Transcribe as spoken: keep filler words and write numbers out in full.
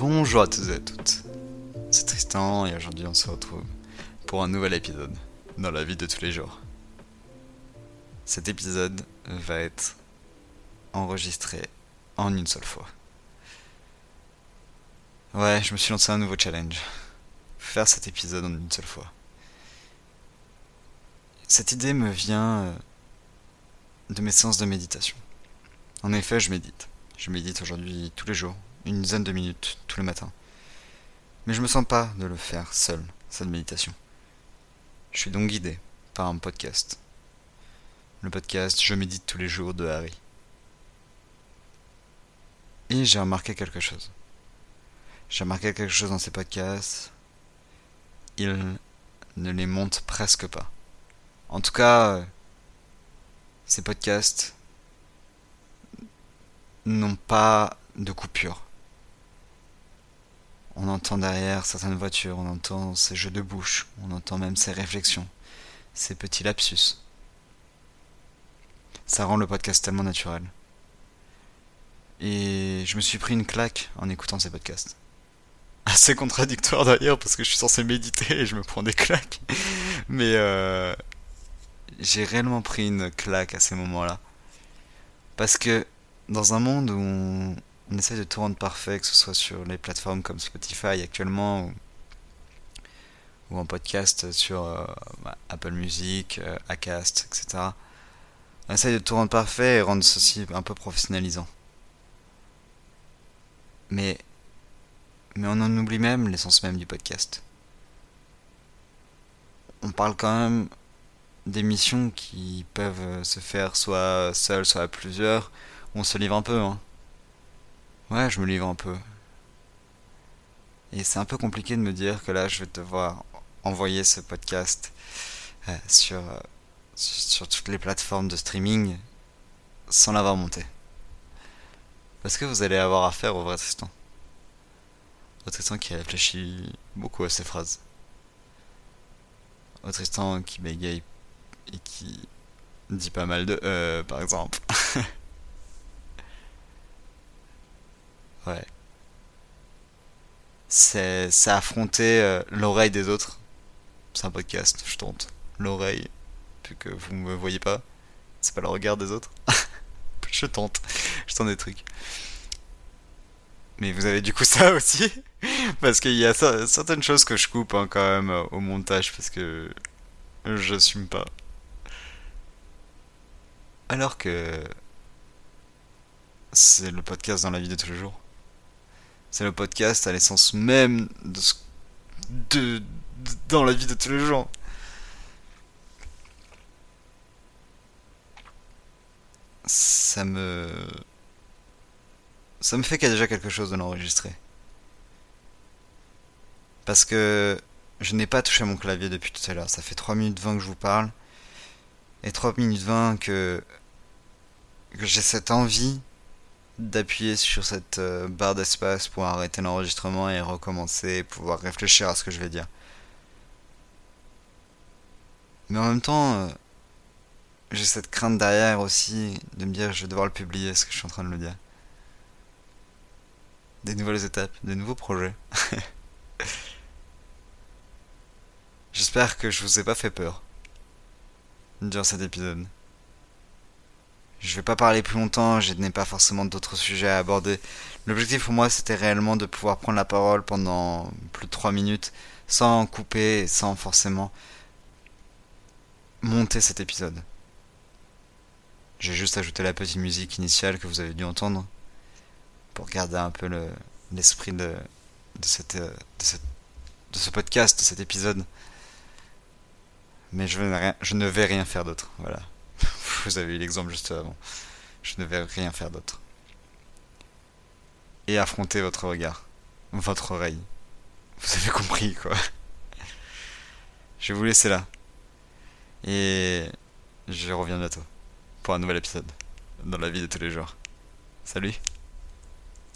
Bonjour à tous et à toutes, c'est Tristan et aujourd'hui on se retrouve pour un nouvel épisode dans la vie de tous les jours. Cet épisode va être enregistré en une seule fois. Ouais, je me suis lancé un nouveau challenge. Faire cet épisode en une seule fois. Cette idée me vient euh, de mes séances de méditation. En effet, je médite. Je médite aujourd'hui tous les jours, une dizaine de minutes tous les matins. Mais je me sens pas de le faire seul, cette méditation. Je suis donc guidé par un podcast. Le podcast Je médite tous les jours de Harry. Et j'ai remarqué quelque chose. J'ai remarqué quelque chose dans ces podcasts. Il ne les monte presque pas. En tout cas, euh, ces podcasts n'ont pas de coupure. On entend derrière certaines voitures, on entend ces jeux de bouche, on entend même ces réflexions, ces petits lapsus. Ça rend le podcast tellement naturel. Et je me suis pris une claque en écoutant ces podcasts. Assez contradictoire d'ailleurs parce que je suis censé méditer et je me prends des claques. Mais euh, j'ai réellement pris une claque à ces moments-là. Parce que dans un monde où on, on essaie de tout rendre parfait, que ce soit sur les plateformes comme Spotify actuellement, ou, ou en podcast sur euh, bah, Apple Music, euh, Acast, et cetera. On essaie de tout rendre parfait et rendre ceci un peu professionnalisant. Mais, mais on en oublie même l'essence même du podcast. On parle quand même d'émissions qui peuvent se faire soit seules, soit à plusieurs. On se livre un peu, hein. Ouais, je me livre un peu. Et c'est un peu compliqué de me dire que là, je vais devoir envoyer ce podcast euh, sur, euh, sur toutes les plateformes de streaming sans l'avoir monté. Parce que vous allez avoir affaire au vrai Tristan. Au Tristan qui réfléchit beaucoup à ses phrases. Au Tristan qui bégaye et qui dit pas mal de euh, par exemple. Ouais. C'est, c'est affronter euh, l'oreille des autres. C'est un podcast, je tente. L'oreille, vu que vous me voyez pas. C'est pas le regard des autres. Je tente. Je tente des trucs. Mais vous avez du coup ça aussi. Parce qu'il y a cer- certaines choses que je coupe hein, quand même euh, au montage parce que j'assume pas. Alors que c'est le podcast dans la vie de tous les jours. C'est le podcast à l'essence même de ce de, de- dans la vie de tous les jours. Ça me ça me fait qu'il y a déjà quelque chose de l'enregistrer. Parce que je n'ai pas touché mon clavier depuis tout à l'heure. Ça fait trois minutes vingt que je vous parle. Et trois minutes vingt que, que j'ai cette envie d'appuyer sur cette euh, barre d'espace pour arrêter l'enregistrement et recommencer et pouvoir réfléchir à ce que je vais dire. Mais en même temps, euh, j'ai cette crainte derrière aussi de me dire je vais devoir le publier ce que je suis en train de le dire. Des nouvelles étapes, des nouveaux projets. J'espère que je vous ai pas fait peur durant cet épisode. Je vais pas parler plus longtemps, je n'ai pas forcément d'autres sujets à aborder. L'objectif pour moi c'était réellement de pouvoir prendre la parole pendant plus de trois minutes sans couper et sans forcément monter cet épisode. J'ai juste ajouté la petite musique initiale que vous avez dû entendre pour garder un peu le, l'esprit de, de, cette, de, cette, de ce podcast, de cet épisode. Mais je, vais rien, je ne vais rien faire d'autre, voilà. Vous avez eu l'exemple juste avant. Je ne vais rien faire d'autre. Et affronter votre regard, votre oreille. Vous avez compris, quoi. Je vais vous laisser là. Et je reviens bientôt pour un nouvel épisode dans la vie de tous les jours. Salut!